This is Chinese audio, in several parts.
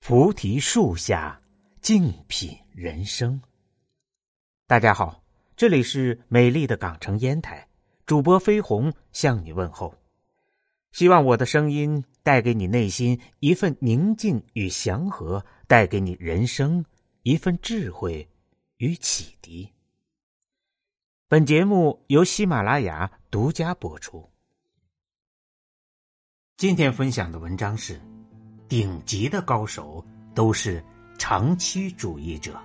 菩提树下，静品人生。大家好，这里是美丽的港城烟台，主播飞鸿向你问候。希望我的声音带给你内心一份宁静与祥和，带给你人生一份智慧与启迪。本节目由喜马拉雅独家播出。今天分享的文章是：顶级的高手都是长期主义者。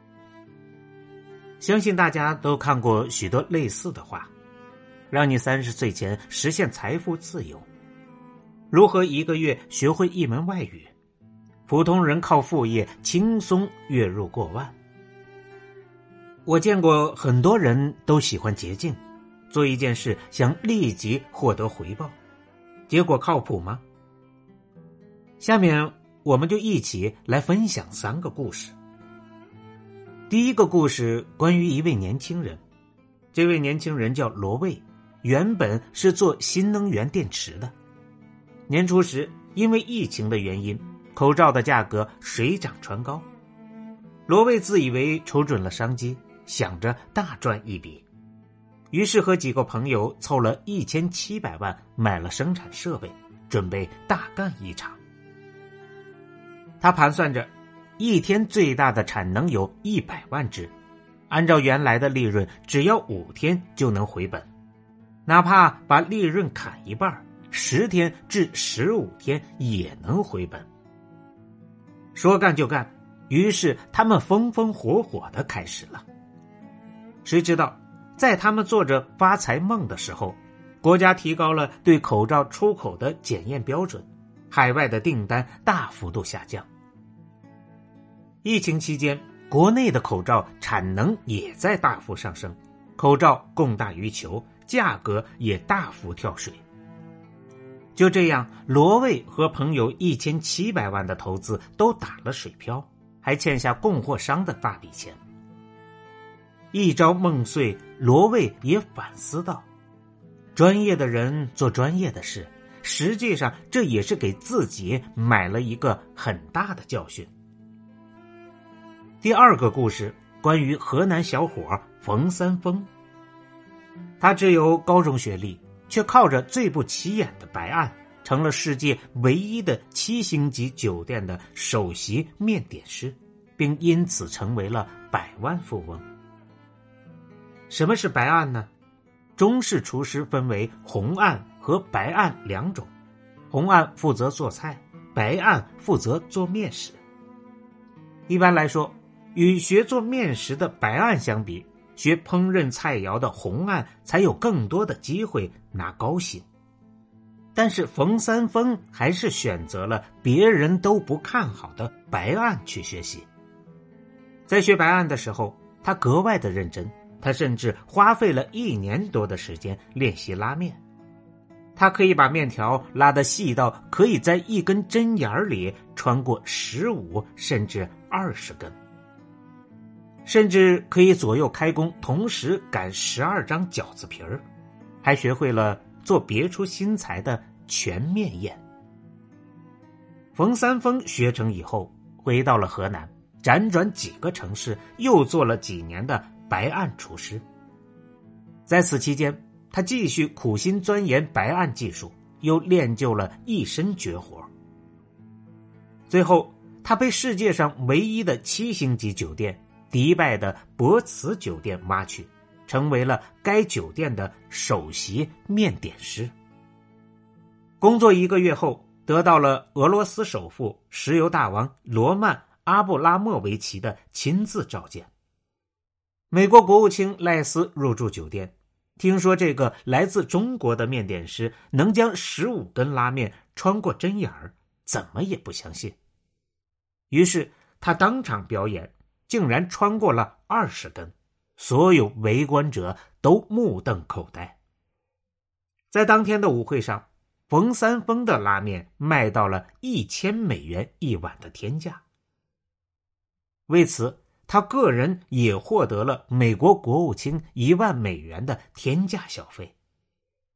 相信大家都看过许多类似的话，让你30岁前实现财富自由，如何1个月学会一门外语，普通人靠副业轻松月入过万。我见过很多人都喜欢捷径，做一件事想立即获得回报，结果靠谱吗？下面我们就一起来分享3个故事。第一个故事关于一位年轻人，这位年轻人叫罗卫，原本是做新能源电池的。年初时，因为疫情的原因，口罩的价格水涨船高。罗卫自以为瞅准了商机，想着大赚一笔，于是和几个朋友凑了1700万买了生产设备，准备大干一场。他盘算着一天最大的产能有100万只，按照原来的利润，只要5天就能回本，哪怕把利润砍一半，10天至15天也能回本。说干就干，于是他们风风火火地开始了。谁知道在他们做着发财梦的时候，国家提高了对口罩出口的检验标准，海外的订单大幅度下降。疫情期间，国内的口罩产能也在大幅上升，口罩供大于求，价格也大幅跳水。就这样，罗卫和朋友1700万的投资都打了水漂，还欠下供货商的大笔钱。一朝梦碎，罗卫也反思道，专业的人做专业的事，实际上这也是给自己买了一个很大的教训。第二个故事关于河南小伙冯三丰。他只有高中学历，却靠着最不起眼的白案，成了世界唯一的7星级酒店的首席面点师，并因此成为了百万富翁。什么是白案呢？中式厨师分为红案和白案2种，红案负责做菜，白案负责做面食。一般来说，与学做面食的白案相比，学烹饪菜肴的红案才有更多的机会拿高薪。但是冯三丰还是选择了别人都不看好的白案去学习。在学白案的时候，他格外的认真，他甚至花费了1年多的时间练习拉面。他可以把面条拉得细到可以在一根针眼里穿过15甚至20根，甚至可以左右开工，同时擀12张饺子皮儿，还学会了做别出心裁的全面宴。冯三丰学成以后，回到了河南，辗转几个城市，又做了几年的白案厨师。在此期间，他继续苦心钻研白案技术，又练就了一身绝活。最后，他被世界上唯一的7星级酒店迪拜的博茨酒店挖去，成为了该酒店的首席面点师。工作1个月后，得到了俄罗斯首富、石油大王罗曼·阿布拉莫维奇的亲自召见。美国国务卿赖斯入住酒店，听说这个来自中国的面点师能将15根拉面穿过针眼儿，怎么也不相信。于是他当场表演，竟然穿过了20根，所有围观者都目瞪口呆。在当天的舞会上，冯三丰的拉面卖到了$1000一碗的天价。为此，他个人也获得了美国国务卿$10,000的天价小费。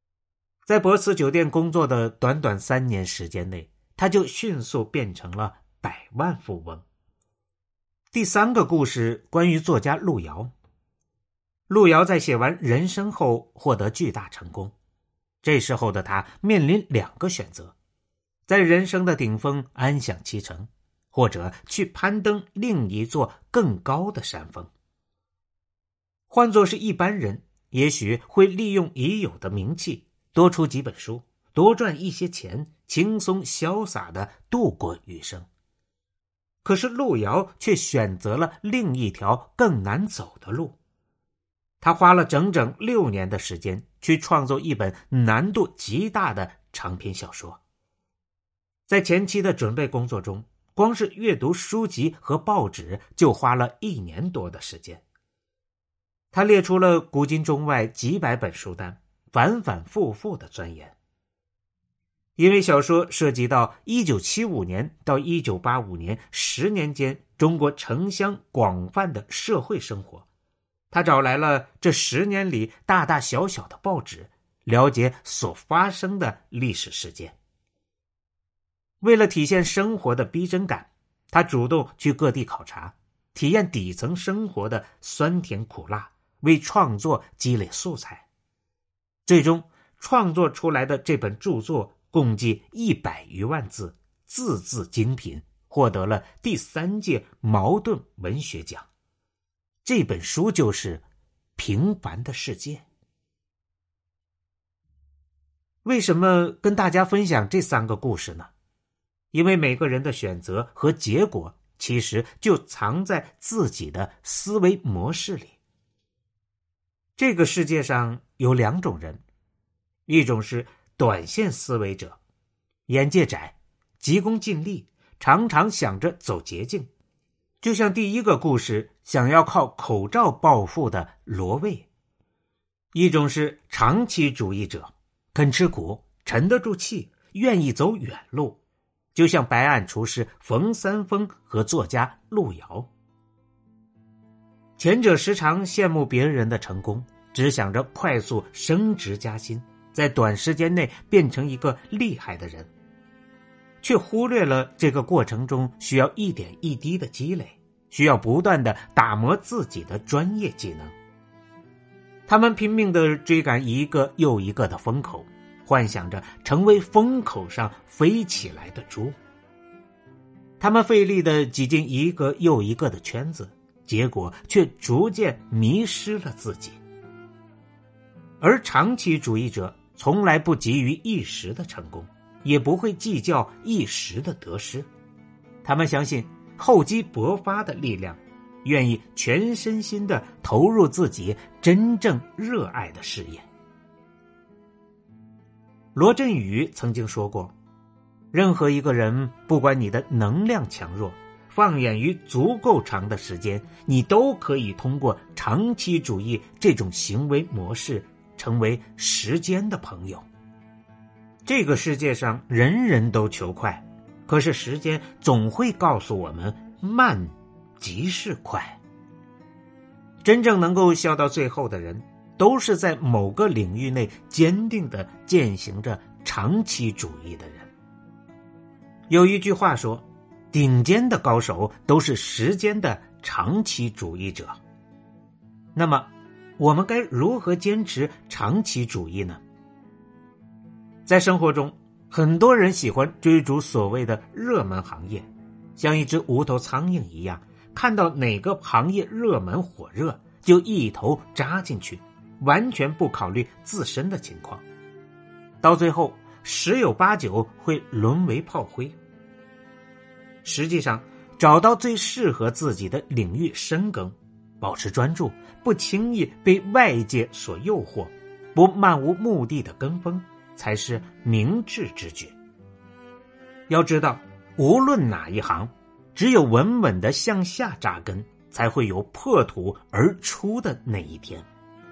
在博茨酒店工作的短短3年时间内，他就迅速变成了百万富翁。第3个故事关于作家路遥。路遥在写完《人生》后获得巨大成功，这时候的他面临2个选择：在人生的顶峰安享其成，或者去攀登另一座更高的山峰。换作是一般人，也许会利用已有的名气，多出几本书，多赚一些钱，轻松潇洒地度过余生。可是路遥却选择了另一条更难走的路。他花了整整6年的时间去创作一本难度极大的长篇小说。在前期的准备工作中，光是阅读书籍和报纸就花了1年多的时间。他列出了古今中外几百本书单，反反复复的钻研。因为小说涉及到1975年到1985年10年间中国城乡广泛的社会生活，他找来了这10年里大大小小的报纸，了解所发生的历史事件。为了体现生活的逼真感，他主动去各地考察，体验底层生活的酸甜苦辣，为创作积累素材。最终创作出来的这本著作共计100余万字，字字精品，获得了第3届茅盾文学奖。这本书就是《平凡的世界》。为什么跟大家分享这3个故事呢？因为每个人的选择和结果其实就藏在自己的思维模式里。这个世界上有2种人，一种是短线思维者，眼界窄，急功近利，常常想着走捷径，就像第1个故事想要靠口罩暴富的罗卫。一种是长期主义者，肯吃苦，沉得住气，愿意走远路，就像白案厨师冯三丰和作家路遥。前者时常羡慕别人的成功，只想着快速升职加薪，在短时间内变成一个厉害的人，却忽略了这个过程中需要一点一滴的积累，需要不断的打磨自己的专业技能。他们拼命地追赶一个又一个的风口，幻想着成为风口上飞起来的猪。他们费力地挤进一个又一个的圈子，结果却逐渐迷失了自己。而长期主义者从来不急于一时的成功，也不会计较一时的得失。他们相信厚积薄发的力量，愿意全身心地投入自己真正热爱的事业。罗振宇曾经说过，任何一个人，不管你的能量强弱，放眼于足够长的时间，你都可以通过长期主义这种行为模式成为时间的朋友。这个世界上人人都求快，可是时间总会告诉我们，慢即是快。真正能够笑到最后的人，都是在某个领域内坚定地践行着长期主义的人。有一句话说，顶尖的高手都是时间的长期主义者。那么我们该如何坚持长期主义呢？在生活中，很多人喜欢追逐所谓的热门行业，像一只无头苍蝇一样，看到哪个行业热门火热，就一头扎进去，完全不考虑自身的情况。到最后十有八九会沦为炮灰。实际上，找到最适合自己的领域深耕，保持专注，不轻易被外界所诱惑，不漫无目的的跟风，才是明智之举。要知道，无论哪一行，只有稳稳的向下扎根，才会有破土而出的那一天。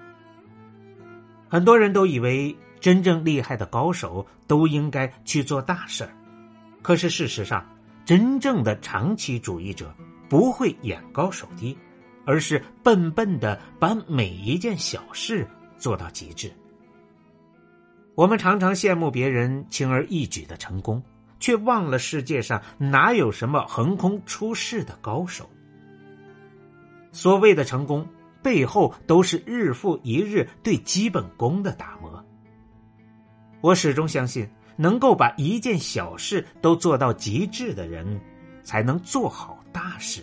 很多人都以为真正厉害的高手都应该去做大事，可是事实上，真正的长期主义者不会眼高手低，而是笨笨地把每一件小事做到极致。我们常常羡慕别人轻而易举的成功， 却忘了世界上哪有什么横空出世的高手。所谓的成功，背后都是日复一日对基本功的打磨。我始终相信，能够把一件小事都做到极致的人，才能做好大事。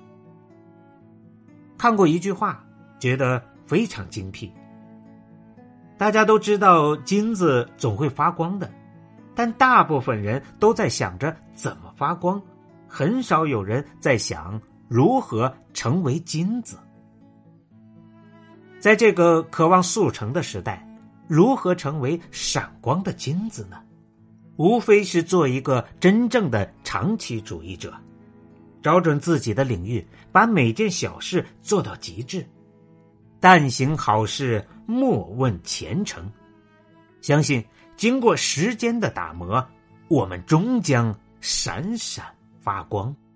看过一句话，觉得非常精辟。大家都知道金子总会发光的，但大部分人都在想着怎么发光，很少有人在想如何成为金子。在这个渴望速成的时代，如何成为闪光的金子呢？无非是做一个真正的长期主义者，找准自己的领域，把每件小事做到极致。但行好事，莫问前程。相信经过时间的打磨，我们终将闪闪发光。